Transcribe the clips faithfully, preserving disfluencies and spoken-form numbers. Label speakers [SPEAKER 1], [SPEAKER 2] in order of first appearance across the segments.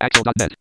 [SPEAKER 1] Axel ドットネット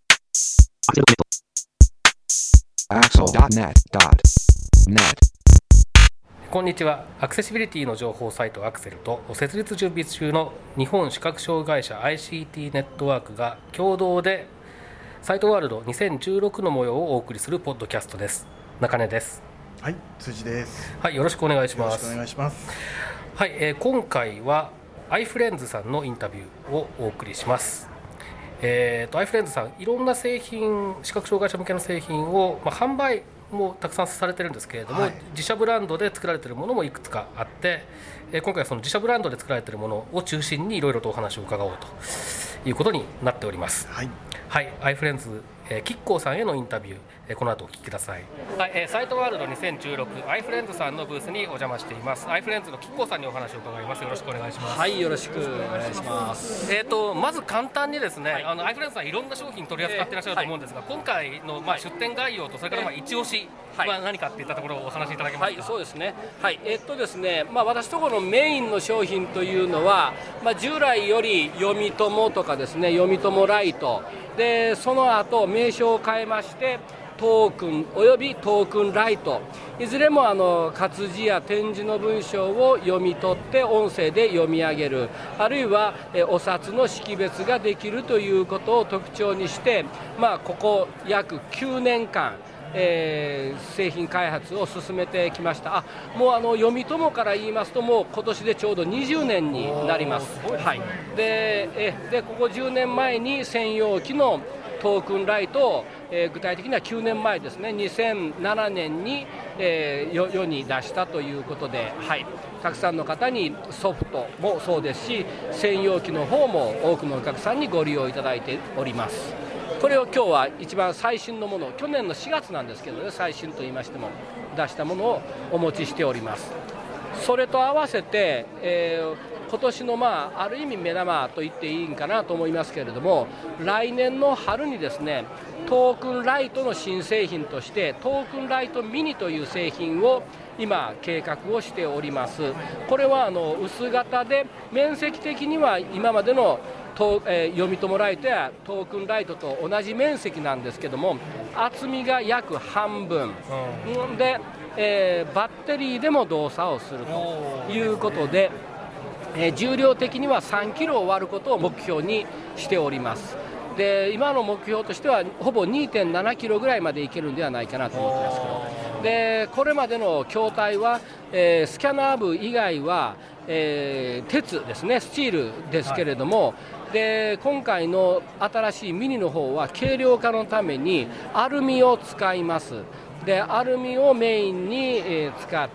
[SPEAKER 2] アクセル ドットネット
[SPEAKER 3] こんにちは。アクセシビリティの情報サイトアクセルと設立準備中の日本視覚障害者 アイシーティー ネットワークが共同でサイトワールドにせんじゅうろくの模様をお送りするポッドキャストです。中根です。
[SPEAKER 4] はい、辻です。
[SPEAKER 3] はい、よろしくお願いします。
[SPEAKER 4] よろしくお願いします。
[SPEAKER 3] はい、えー、今回はアイフレンズさんのインタビューをお送りします。えーと、アイフレンズさん、いろんな製品、視覚障害者向けの製品を、まあ、販売もたくさんされてるんですけれども、はい、自社ブランドで作られているものもいくつかあって、えー、今回はその自社ブランドで作られているものを中心にいろいろとお話を伺おうということになっております。
[SPEAKER 4] はい、
[SPEAKER 3] はい、アイフレンズ、えー、キッコーさんへのインタビュー、えー、この後お聞きください。はい、えー、サイトワールドにせんじゅうろくアイフレンズさんのブースにお邪魔しています。アイフレンズのキッコーさんにお話を伺います。よろしくお願いします。
[SPEAKER 5] はい、よろしくお願いします。
[SPEAKER 3] えーとまず簡単にですね、はい、あのアイフレンズさんいろんな商品取り扱っていらっしゃると思うんですが、えーはい、今回の、まあ、出店概要とそれからまあ一押しは何かっていったところをお話しいただけますか。
[SPEAKER 5] はい、そうですね。はい、えー、っとですね、まあ私ところのメインの商品というのは、まあ従来より読み友とかですね、読み友ライトで、その後名称を変えましてトークンおよびトークンライト、いずれもあの活字や点字の文章を読み取って音声で読み上げる、あるいはお札の識別ができるということを特徴にして、まあ、ここ約きゅうねんかんえー、製品開発を進めてきました。あもうあの読み友から言いますと、もう今年でちょうどにじゅうねんになります。はい、でえでここじゅうねんまえに専用機のトークンライトを、えー、具体的にはきゅうねんまえですね、にせんななねんに、えー、世に出したということで、はい、たくさんの方にソフトもそうですし、専用機の方も多くのお客さんにご利用いただいております。これを今日は一番最新のもの、去年のしがつなんですけどね、最新と言いましても出したものをお持ちしております。それと合わせて、えー、今年の、まあ、ある意味目玉と言っていいんかなと思いますけれども、来年の春にですね、トークンライトの新製品としてトークンライトミニという製品を今計画をしております。これはあの薄型で面積的には今までのとえー、読み友ライトやトークンライトと同じ面積なんですけども、厚みが約半分、うん、で、えー、バッテリーでも動作をするということで、えー、重量的にはさんキロを割ることを目標にしております。で今の目標としてはほぼ にてんななキロぐらいまでいけるんではないかなと思ってますけど、でこれまでの筐体は、えー、スキャナー部以外は、えー、鉄ですね、スチールですけれども、はい、で今回の新しいミニの方は軽量化のためにアルミを使います。でアルミをメインに、えー、使って、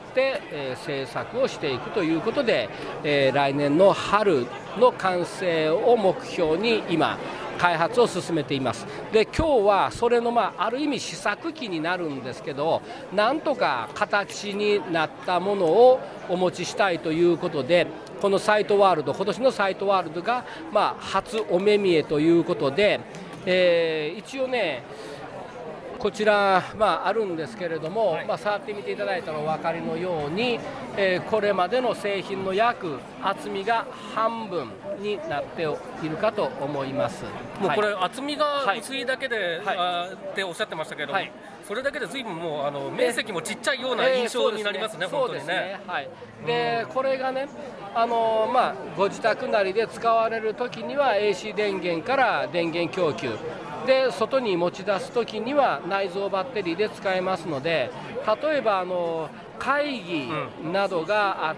[SPEAKER 5] えー、製作をしていくということで、えー、来年の春の完成を目標に今開発を進めています。で今日はそれの、まあ、ある意味試作機になるんですけど、なんとか形になったものをお持ちしたいということで、このサイトワールド、今年のサイトワールドが、まあ、初お目見えということで、えー、一応ねこちら、まあ、あるんですけれども、はい、まあ、触ってみていただいたらお分かりのように、えー、これまでの製品の約厚みが半分になっているかと思います。
[SPEAKER 3] もうこれ、はい、厚みが薄いだけで、
[SPEAKER 5] はい、
[SPEAKER 3] あっておっしゃってましたけども、はい、それだけで随分もうあの面積もちっちゃいような
[SPEAKER 5] えー、
[SPEAKER 3] 印象になりますね、
[SPEAKER 5] えー、
[SPEAKER 3] 本当にね。
[SPEAKER 5] ね、はい、でこれがね、あのーまあ、ご自宅なりで使われるときには エーシー 電源から電源供給で、外に持ち出すときには内蔵バッテリーで使えますので、例えばあの会議などがあって、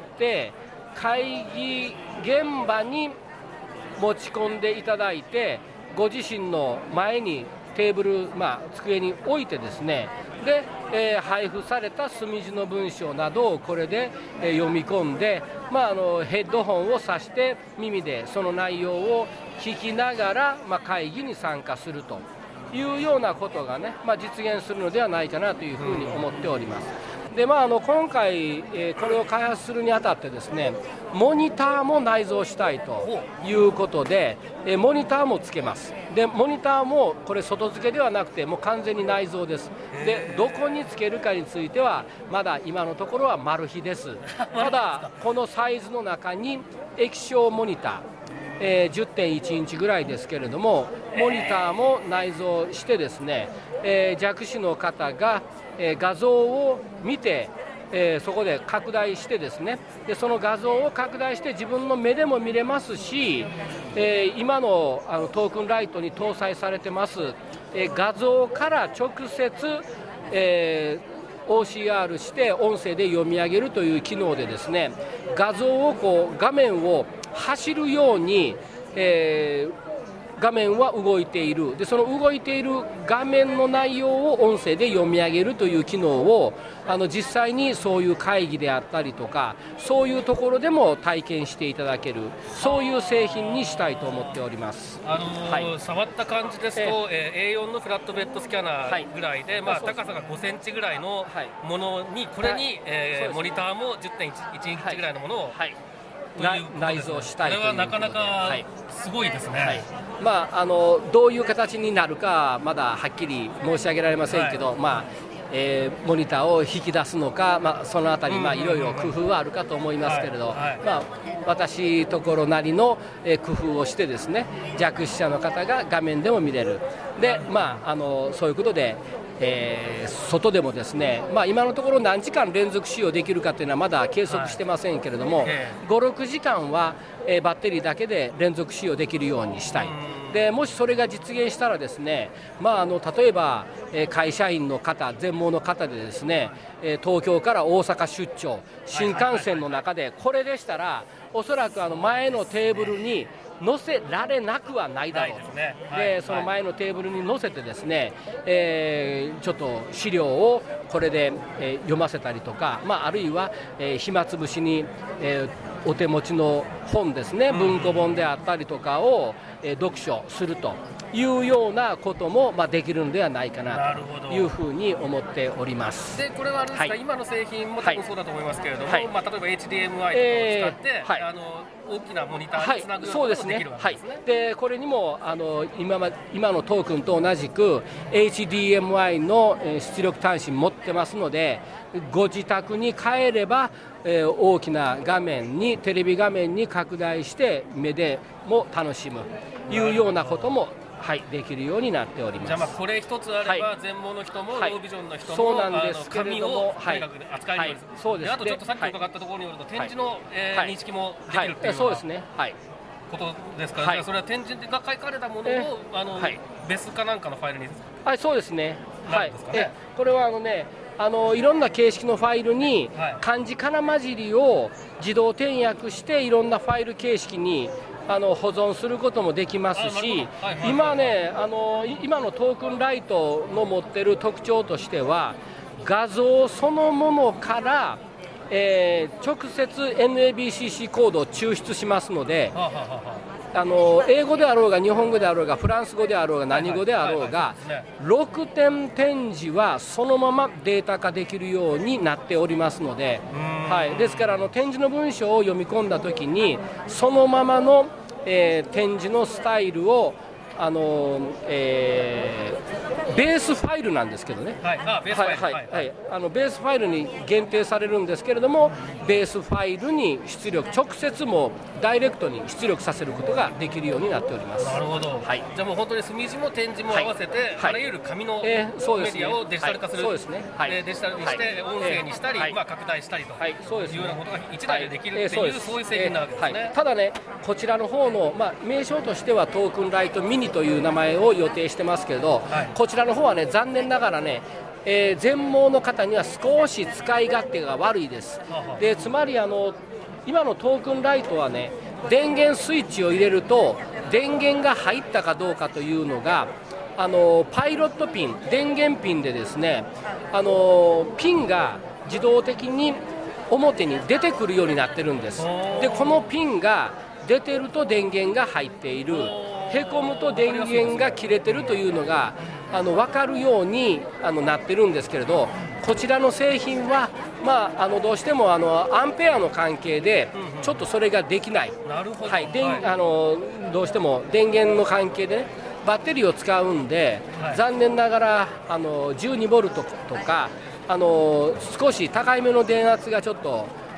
[SPEAKER 5] うん、会議現場に持ち込んでいただいて、ご自身の前にテーブル、まあ、机に置いてですね、で、えー、配布された墨字の文章などをこれで、えー、読み込んで、まあ、あのヘッドホンを挿して耳でその内容を聞きながら、まあ、会議に参加するというようなことがね、まあ、実現するのではないかなというふうに思っております。でまあ、あの今回、えー、これを開発するにあたってですね、モニターも内蔵したいということで、えー、モニターもつけます。でモニターもこれ外付けではなくてもう完全に内蔵です。でどこにつけるかについてはまだ今のところはマル秘です。ただこのサイズの中に液晶モニター、えー、じゅってんいちインチぐらいですけれども、 モニターも内蔵してですね、えー、弱視の方が、えー、画像を見て、えー、そこで拡大してですね、でその画像を拡大して自分の目でも見れますし、えー、今 の, あのトークンライトに搭載されてます、えー、画像から直接、えー、オーシーアール して音声で読み上げるという機能でですね、画像をこう画面を走るように、えー画面は動いている。でその動いている画面の内容を音声で読み上げるという機能をあの実際にそういう会議であったりとか、そういうところでも体験していただける、そういう製品にしたいと思っております。
[SPEAKER 3] あのーはい、触った感じですと、えー、エーよん のフラットベッドスキャナーぐらいで、はい、まあ、高さがごセンチぐらいのものに、これに、はい、えー、モニターも じゅってんいち インチぐらいのものを、はい
[SPEAKER 5] はい、内蔵したいということで、
[SPEAKER 3] これはなかなかすごいですね。はい、
[SPEAKER 5] まあ、あのどういう形になるかまだはっきり申し上げられませんけど、はい、まあえー、モニターを引き出すのか、まあ、そのあたり、まあ、いろいろ工夫はあるかと思いますけれど、はいはい、まあ、私ところなりの、えー、工夫をしてですね、弱視者の方が画面でも見れる。で、まあ、あのそういうことで、えー、外でもですね、まあ、今のところ何時間連続使用できるかというのはまだ計測してませんけれども、はい、ご、ろくじかんは、えー、バッテリーだけで連続使用できるようにしたい。でもしそれが実現したらですね、まあ、あの例えば、えー、会社員の方、全盲の方でですね、えー、東京から大阪出張、新幹線の中でこれでしたらおそらくあの前のテーブルに載せられなくはないだろうと。で、はい、その前のテーブルに載せてですね、えー、ちょっと資料をこれで、えー、読ませたりとか、まあ、あるいは、えー、暇つぶしに、えー、お手持ちの本ですね、文庫本であったりとかを、えー、読書するというようなことも、まあ、できるのではないかなというふうに思っております。
[SPEAKER 3] でこれはあれですか、はい、今の製品も多分そうだと思いますけれども、はい、まあ、例えば エイチディーエムアイ とかを使って、えーはい、あの大きなモニターにつなぐようなこともできるわけですね。はい、でこれにもあの 今, 今のトークンと同じく エイチディーエムアイ の出力端子持ってますので、ご自宅に帰れば、えー、大きな画面にテレビ画面に拡大して目でも楽しむというようなことも、はい、できるようになっております。 じゃあ、まあこれ一つあれば、はい、全盲の人も、はい、ロービジョンの人も、
[SPEAKER 5] そうなんですけれども、
[SPEAKER 3] 紙をとにかく扱えるようにする、はい、そうです。であとちょっとさっき伺ったところによると、はい、展示の、えーはい、認識もできるっていうような、そうですね、はい、ことですから、はい、それは展示が書かれたものを、えー、あの、はい、別かなんかのファイルに、
[SPEAKER 5] はい、そうですね、はい、えこれはあのね、あのいろんな形式のファイルに漢字かな混じりを自動転訳していろんなファイル形式にあの保存することもできますし、今ね、あの今のトークンライトの持ってる特徴としては、画像そのものから、えー、直接 エヌエービーシーシー コードを抽出しますので、あの英語であろうが日本語であろうがフランス語であろうが何語であろうが、ろくてん展示はそのままデータ化できるようになっておりますので、はい、ですからあの展示の文章を読み込んだときにそのままの、えー、展示のスタイルをあの、えー、ベースファイルなんですけどね、はい、ベースファイル、はいはいはい、あのベースファイルに限定されるんですけれども、ベースファイルに出力、直接もダイレクトに出力させることができるようになっております。
[SPEAKER 3] なるほど、はい、じゃあもう本当に墨字も展示も合わせて、はい、あらゆる紙のメディアをデジタル化する、そうですね、はい、デジタルにして、音声にしたり、はい、まあ、拡大したりというようなことが一台でできるっていう、はい、そういう製品なわけですね、はい、ただね、
[SPEAKER 5] こちらの方の、まあ、名称としてはトークンライトミニという名前を予定してますけれど、はい、こちらの方はね、残念ながらね、えー、全盲の方には少し使い勝手が悪いです。でつまりあの今のトークンライトはね、電源スイッチを入れると電源が入ったかどうかというのが、あのパイロットピン、電源ピンでですね、あのピンが自動的に表に出てくるようになってるんです。でこのピンが出てると電源が入っている、へこむと電源が切れてるというのがあの分かるようにあのなってるんですけれど、こちらの製品は、まあ、あのどうしてもあのアンペアの関係でちょっとそれができない、はい、で、はい、あのどうしても電源の関係で、ね、バッテリーを使うんで、はい、残念ながらあのじゅうにボルトとかあの少し高いめの電圧がちょっと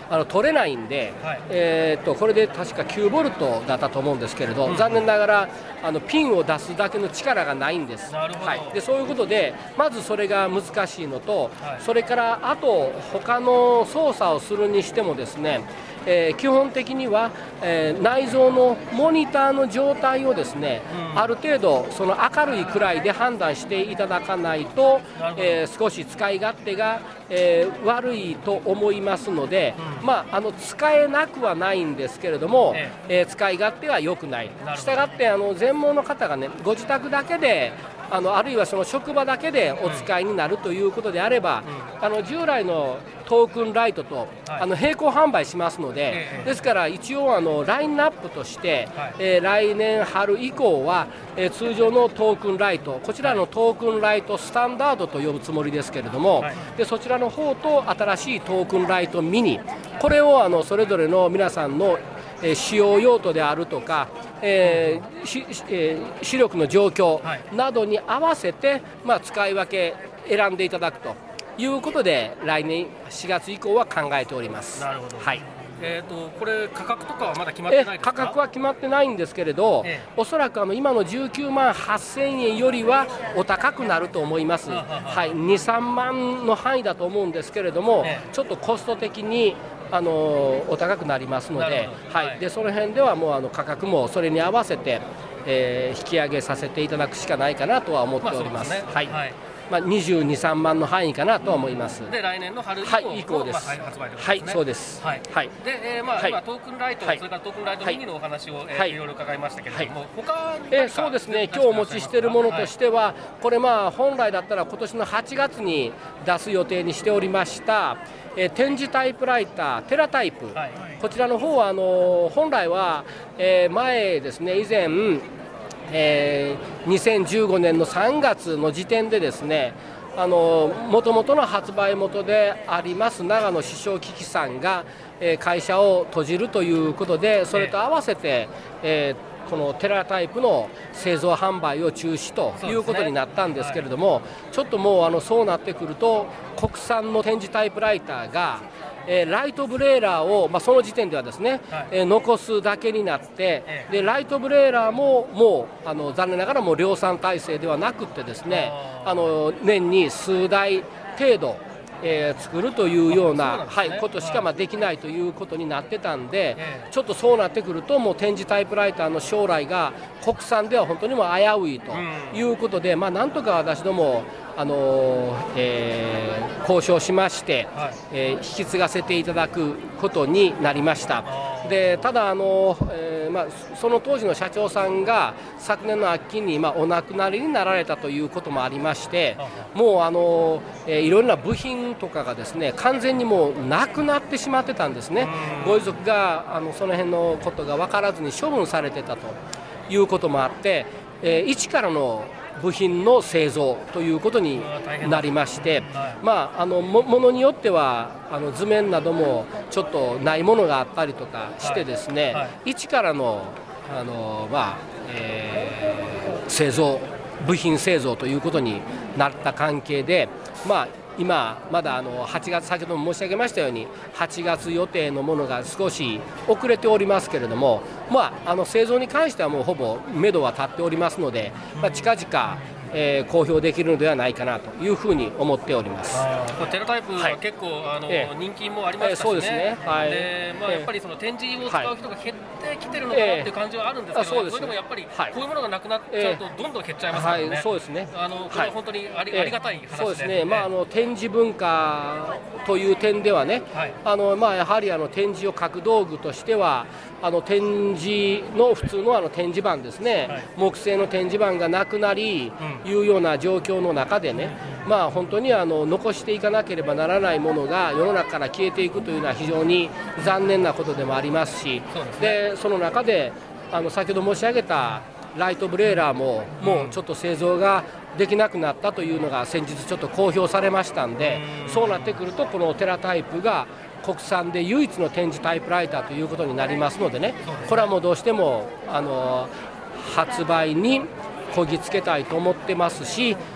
[SPEAKER 5] あの取れないんで、
[SPEAKER 3] はい
[SPEAKER 5] えー、とこれで確かきゅうボルトだったと思うんですけれど、
[SPEAKER 3] うん、
[SPEAKER 5] 残念ながらあのピンを出すだけの力がないんです。
[SPEAKER 3] なるほど、
[SPEAKER 5] はい、でそういうことでまずそれが難しいのと、
[SPEAKER 3] はい、
[SPEAKER 5] それからあと他の操作をするにしてもですね、えー、基本的には、えー、内蔵のモニターの状態をですね、うん、ある程度その明るいくらいで判断していただかないと、えー、少し使い勝手が、えー、悪いと思いますので、うん、まあ、あの使えなくはないんですけれども、えええー、使い勝手は良くない。したがってあの全盲の方がねご自宅だけであのあるいはその職場だけでお使いになるということであれば、うん、あの従来のトークンライトと、はい、あの並行販売しますので、ええ、ですから一応あのラインナップとして、はい、えー、来年春以降は、えー、通常のトークンライト、こちらのトークンライトスタンダードと呼ぶつもりですけれども、はい、でそちらの方と新しいトークンライトミニ、これをあのそれぞれの皆さんのえー、使用用途であるとか、えーしえー、視力の状況などに合わせて、まあ、使い分け選んでいただくということで来年しがつ以降は考えております。
[SPEAKER 3] なるほど、
[SPEAKER 5] はい、
[SPEAKER 3] えー、とこれ価格とかはまだ決まってないですか？
[SPEAKER 5] 価格は決まってないんですけれど、ええ、おそらくあの今のじゅうきゅうまんはっせんえんよりはお高くなると思います。はい、に、さんまんの範囲だと思うんですけれども、ええ、ちょっとコスト的にあのお高くなりますので、はいはい、でその辺ではもうあの価格もそれに合わせて、えー、引き上げさせていただくしかないかなとは思っております。まあそうですね、はいはい、まあ、にじゅうに、さんまんの範囲かなとは思います。
[SPEAKER 3] で来年の春以降、
[SPEAKER 5] はい、以降です。
[SPEAKER 3] まあ、発売ということですね。
[SPEAKER 5] はい、そうです。
[SPEAKER 3] はい。
[SPEAKER 5] はい、
[SPEAKER 3] で、えー、まあ、はい、今トークンライト、はい、それからトークンライトミニのお話を、えーはい、いろいろ伺いましたけれども、はい、他に、
[SPEAKER 5] えー、そうですね。今日お持ちしているものとしては、はい、これまあ本来だったら今年のはちがつに出す予定にしておりました。えー、展示タイプライターテラタイプ、はい、こちらの方はあの本来は、えー、前ですね以前、えー、にせんじゅうごねんのさんがつの時点でですねあの元々の発売元であります長野視聴機器さんが、えー、会社を閉じるということでそれと合わせて、えーこのテラタイプの製造販売を中止ということになったんですけれども、ちょっともうあのそうなってくると国産の展示タイプライターが、えー、ライトブレーラーを、まあ、その時点ではですね、はい、えー、残すだけになって、でライトブレーラーももうあの残念ながらもう量産体制ではなくってですねあの年に数台程度えー、作るというような、ね、はい、ことしかまあできないということになってたんで、えー、ちょっとそうなってくるともう展示タイプライターの将来が国産では本当にも危ういということで、うん、まあ、なんとか私どもあのーえー、交渉しまして、はい、えー、引き継がせていただくことになりました。でただ、あのーえーまあ、その当時の社長さんが昨年の秋に、まあ、お亡くなりになられたということもありまして、もう、あのーえー、いろいろな部品とかがですね完全にもうなくなってしまってたんですね。ご遺族があのその辺のことが分からずに処分されてたということもあって、えー、一からの部品の製造ということになりまして、まあ、あのもものによってはあの図面などもちょっとないものがあったりとかしてですね、はいはい、一からの、あの、まあえー、製造部品製造ということになった関係で、まあ今まだあのはちがつ、先ほども申し上げましたようにはちがつ予定のものが少し遅れておりますけれども、まあ、あの製造に関してはもうほぼ目処は立っておりますので、まあ、近々えー、公表できるのではないかなというふうに思っております。
[SPEAKER 3] テラタイプは結構、はい、あのえー、人気もありましたしね。そうですね。はい。で、まあ、やっぱりその展示を使う人が減ってきてるのかなっていう感じはあるんですけど、えー、そうですね、それでもやっぱりこういうものがなくなっちゃうとどんどん減っちゃいますからね。はい、そうですね。あのこれは本当にあり、はい、ありがたい話ですね。そうですね。まああの展示文化という点ではね、はい、あのまあやはりあの展示を書く道具としては。あの展示の普通のあの展示板ですね、はい、木製の展示板がなくなり、うん、いうような状況の中でね、まあ、本当にあの残していかなければならないものが世の中から消えていくというのは非常に残念なことでもありますし、そうですね、でその中であの先ほど申し上げたライトブレーラーももうちょっと製造ができなくなったというのが先日ちょっと公表されましたんで、うん、そうなってくるとこのテラタイプが国産で唯一の展示タイプライターということになりますのでね、これはもうどうしてもあの発売にこぎつけたいと思ってますし、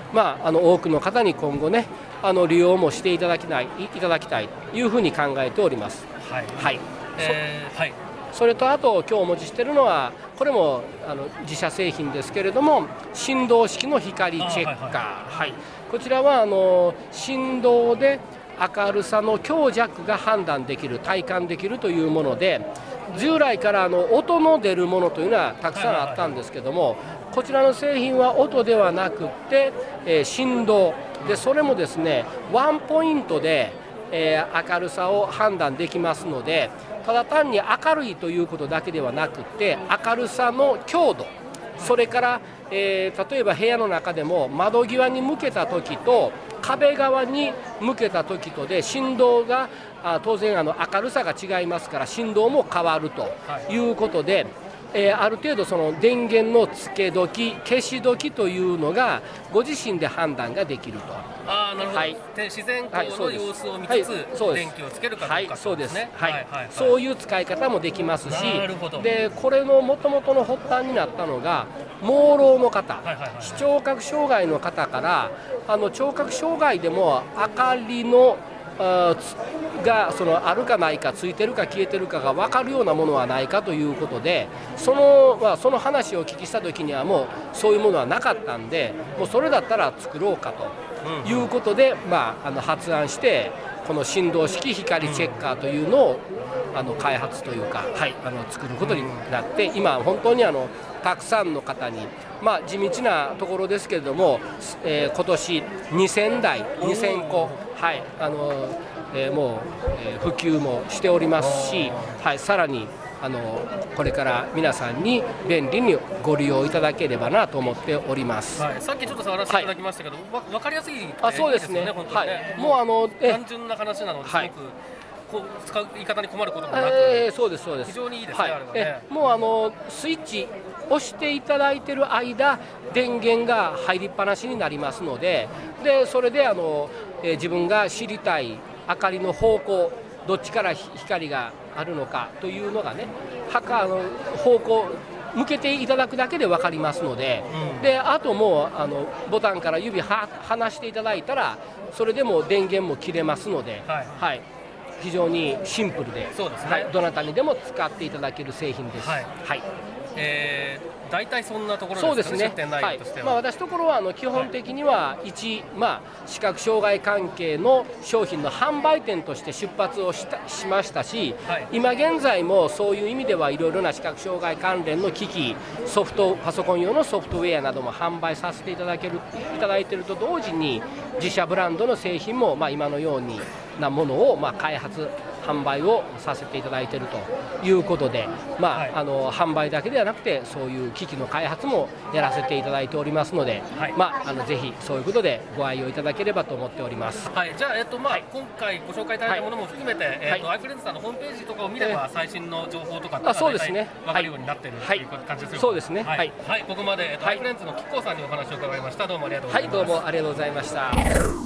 [SPEAKER 5] まあ、あの多くの方に今後ねあの利用もしていただきないいただきたいというふうに考えております。
[SPEAKER 3] はい、
[SPEAKER 5] はい
[SPEAKER 3] えーはい、
[SPEAKER 5] それとあと今日お持ちしているのはこれもあの自社製品ですけれども振動式の光チェッカー、はいはい、こちらはあの振動で明るさの強弱が判断できる体感できるというもので従来からあの音の出るものというのはたくさんあったんですけどもこちらの製品は音ではなくて、えー、振動でそれもですねワンポイントで、えー、明るさを判断できますのでただ単に明るいということだけではなくて明るさの強度それから、えー、例えば部屋の中でも窓際に向けた時と壁側に向けた時とで振動があ当然あの明るさが違いますから振動も変わるということで、えー、ある程度その電源のつけ時消し時というのがご自身で判断ができると。
[SPEAKER 3] あーなるほど、
[SPEAKER 5] はい、
[SPEAKER 3] で自然光の様子を見つつ、
[SPEAKER 5] はいそうです
[SPEAKER 3] 電気をつけるかどうか
[SPEAKER 5] はい
[SPEAKER 3] ってこと
[SPEAKER 5] そうですね、はい
[SPEAKER 3] はいはいはい、
[SPEAKER 5] そういう使い方もできますし
[SPEAKER 3] なるほど
[SPEAKER 5] でこれのもともとの発端になったのが盲ろうの方、
[SPEAKER 3] はいはいはいはい、
[SPEAKER 5] 視聴覚障害の方からあの聴覚障害でも明かりのあがそのあるかないかついてるか消えてるかが分かるようなものはないかということでその、まあ、その話をお聞きした時にはもうそういうものはなかったんでもうそれだったら作ろうかということで、まあ、あの発案してこの振動式光チェッカーというのをあの開発というか、はい、あの作ることになって今本当にあのたくさんの方に、まあ、地道なところですけれども、えー、今年にせんだいにせんこ、はいあのえー、もう、えー、普及もしておりますし、はい、さらにあのこれから皆さんに便利にご利用いただければなと思っております、
[SPEAKER 3] はい、さっきちょっと触らせていただきましたけど、はい、わ分かりやすい、ね、
[SPEAKER 5] あそうですね、
[SPEAKER 3] いいですよね本当にね、
[SPEAKER 5] はい、もうあのえ
[SPEAKER 3] 単純な話なのですごく、はいこう使う言い方に困ることもなく、
[SPEAKER 5] えー、そうですそうです
[SPEAKER 3] 非常にいいですね、はい、あれはね
[SPEAKER 5] えもうあのスイッチ押していただいている間電源が入りっぱなしになりますので、でそれであの、えー、自分が知りたい明かりの方向どっちから光があるのかというのがねはかあの方向向けていただくだけで分かりますので、うん、であともうあのボタンから指は離していただいたらそれでも電源も切れますので、はいはい非常にシンプルで、そうですね、はい、どなたにでも使っていただける製品です。はいはい
[SPEAKER 3] えー、大体そんなところですかね、出店内容としては。
[SPEAKER 5] はいまあ、私のところはあの基本的には一、まあ、視覚障害関係の商品の販売店として出発をしたしましたし、はい、今現在もそういう意味ではいろいろな視覚障害関連の機器ソフトパソコン用のソフトウェアなども販売させていただけるいただいていると同時に自社ブランドの製品も、まあ、今のようになものを、まあ、開発販売をさせていただいているということで、まあはい、あの販売だけではなくてそういう機器の開発もやらせていただいておりますので、はいまあ、あのぜひそういうことでご愛用いただければと思っております、
[SPEAKER 3] はい、じゃあ、えっとまあはい、今回ご紹介いただいたものも含めて、はいえっと、アイフレンズさんのホームページとかを見れば最新の情報とかって大体分かるようになっているという感じですよね。
[SPEAKER 5] そうですね、はい
[SPEAKER 3] はいはい、ここまで、えっと、アイフレンズのキッコーさんにお話を伺いました。どうもありがとうございます。
[SPEAKER 5] はい、どうもありがとうございました。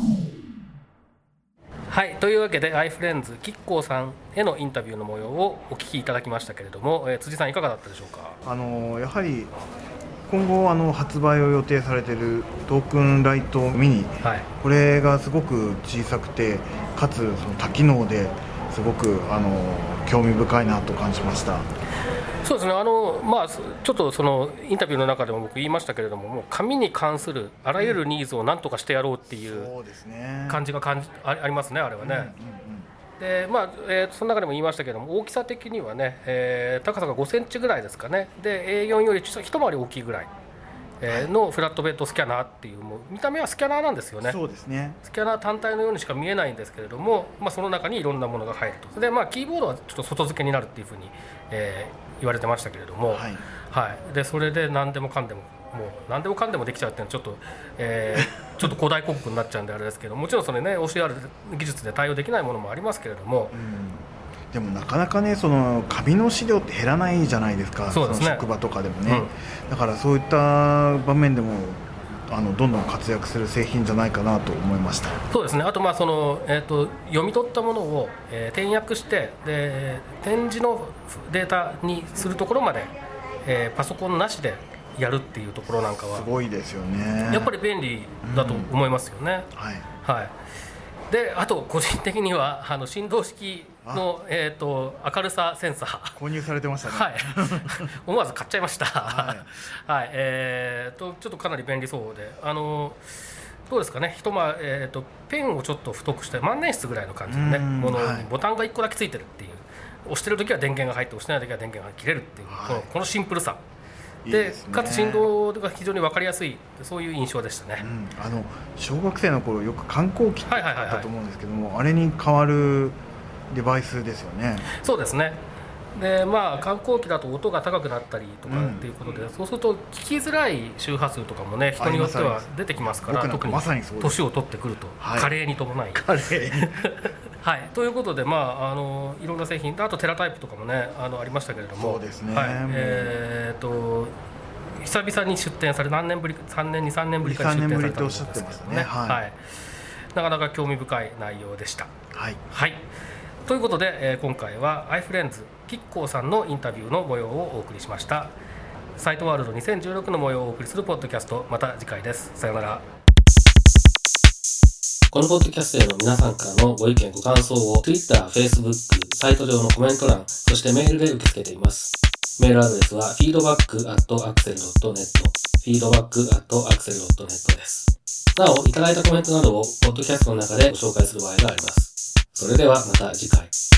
[SPEAKER 3] はい、というわけでアイフレンズキッコーさんへのインタビューの模様をお聞きいただきましたけれども、えー、辻さんいかがだったでしょうか。
[SPEAKER 4] あのやはり今後あの発売を予定されているトークンライトミニ、はい、これがすごく小さくてかつその多機能ですごくあの興味深いなと感じました。
[SPEAKER 3] そうですね、あのまあ、ちょっとそのインタビューの中でも僕言いましたけれども、もう紙に関するあらゆるニーズを何とかしてやろうっていう感じが感じありますね、あれはね。うんうんうんでまあえー、その中でも言いましたけども、大きさ的にはね、えー、高さがごセンチぐらいですかね、で エーよん より一回り大きいぐらい、えー、のフラットベッドスキャナーっていう、もう見た目はスキャナーなんですよね。
[SPEAKER 4] そうですね、
[SPEAKER 3] スキャナー単体のようにしか見えないんですけれども、まあ、その中にいろんなものが入ると。で、まあ、キーボードはちょっと外付けになるっていうふうに、えー、言われてましたけれども、はいはい、でそれで何でもかんでももう何でもかんでもできちゃうっていうのはちょっと、えー、ちょっと古代広告になっちゃうんであれですけど、もちろんそれね オーシーアール 技術で対応できないものもありますけれども、
[SPEAKER 4] うん、でもなかなかねその紙の資料って減らないじゃないですか。そうですね、その職場とかでもね、うん、だからそういった場面でもあのどんどん活躍する製品じゃないかなと思いました。
[SPEAKER 3] そうですね、あとまあその、えー、と読み取ったものを、えー、転訳してで展示のデータにするところまで、えー、パソコンなしでやるっていうところなんかは
[SPEAKER 4] すごいですよね。
[SPEAKER 3] やっぱり便利だと思いますよね、
[SPEAKER 4] うん、はい、
[SPEAKER 3] はい、であと個人的にはあの振動式の、えー、と明るさセンサー
[SPEAKER 4] 購入されてましたね、
[SPEAKER 3] はい、思わず買っちゃいました
[SPEAKER 4] はい、
[SPEAKER 3] はい、えー、とちょっとかなり便利そうで、あのどうですかね、ひとま、えー、とペンをちょっと太くして万年筆ぐらいの感じの、ね、ものにボタンがいっこだけついてるっていう、押してるときは電源が入って押してないときは電源が切れるっていう、はい、この、このシンプルさで、いいですね、かつ振動が非常に分かりやすい、そういう印象でしたね、うん、
[SPEAKER 4] あの小学生の頃よく観光機だったと思うんですけども、あれに変わるデバイスですよね。
[SPEAKER 3] そうですね。でまあ、観光機だと音が高くなったりとかっていうことで、うん、そうすると聞きづらい周波数とかもね、人によっては出てきますから、特に年を取ってくると、はい、加齢に伴い
[SPEAKER 4] 加齢
[SPEAKER 3] はい、ということで、まあ、あのいろんな製品、あとテラタイプとかもね、あのありましたけれども、
[SPEAKER 4] そうですね、
[SPEAKER 3] はい、えー、と久々に出展され、何年ぶり、さんねんにさんねんぶりかに出展されたんですけどね、はい、なかなか興味深い内容でした。
[SPEAKER 4] はい、
[SPEAKER 3] はい、ということで、えー、今回はアイフレンズキッコーさんのインタビューの模様をお送りしました。サイトワールドにせんじゅうろくの模様をお送りするポッドキャスト、また次回です。さようなら。このポッドキャストへの皆さんからのご意見ご感想を Twitter、Facebook、サイト上のコメント欄、そしてメールで受け付けています。メールアドレスは フィードバック アット アクセル ドット ネット フィードバック アット アクセル ドット ネット です。なお、いただいたコメントなどをポッドキャストの中でご紹介する場合があります。それではまた次回。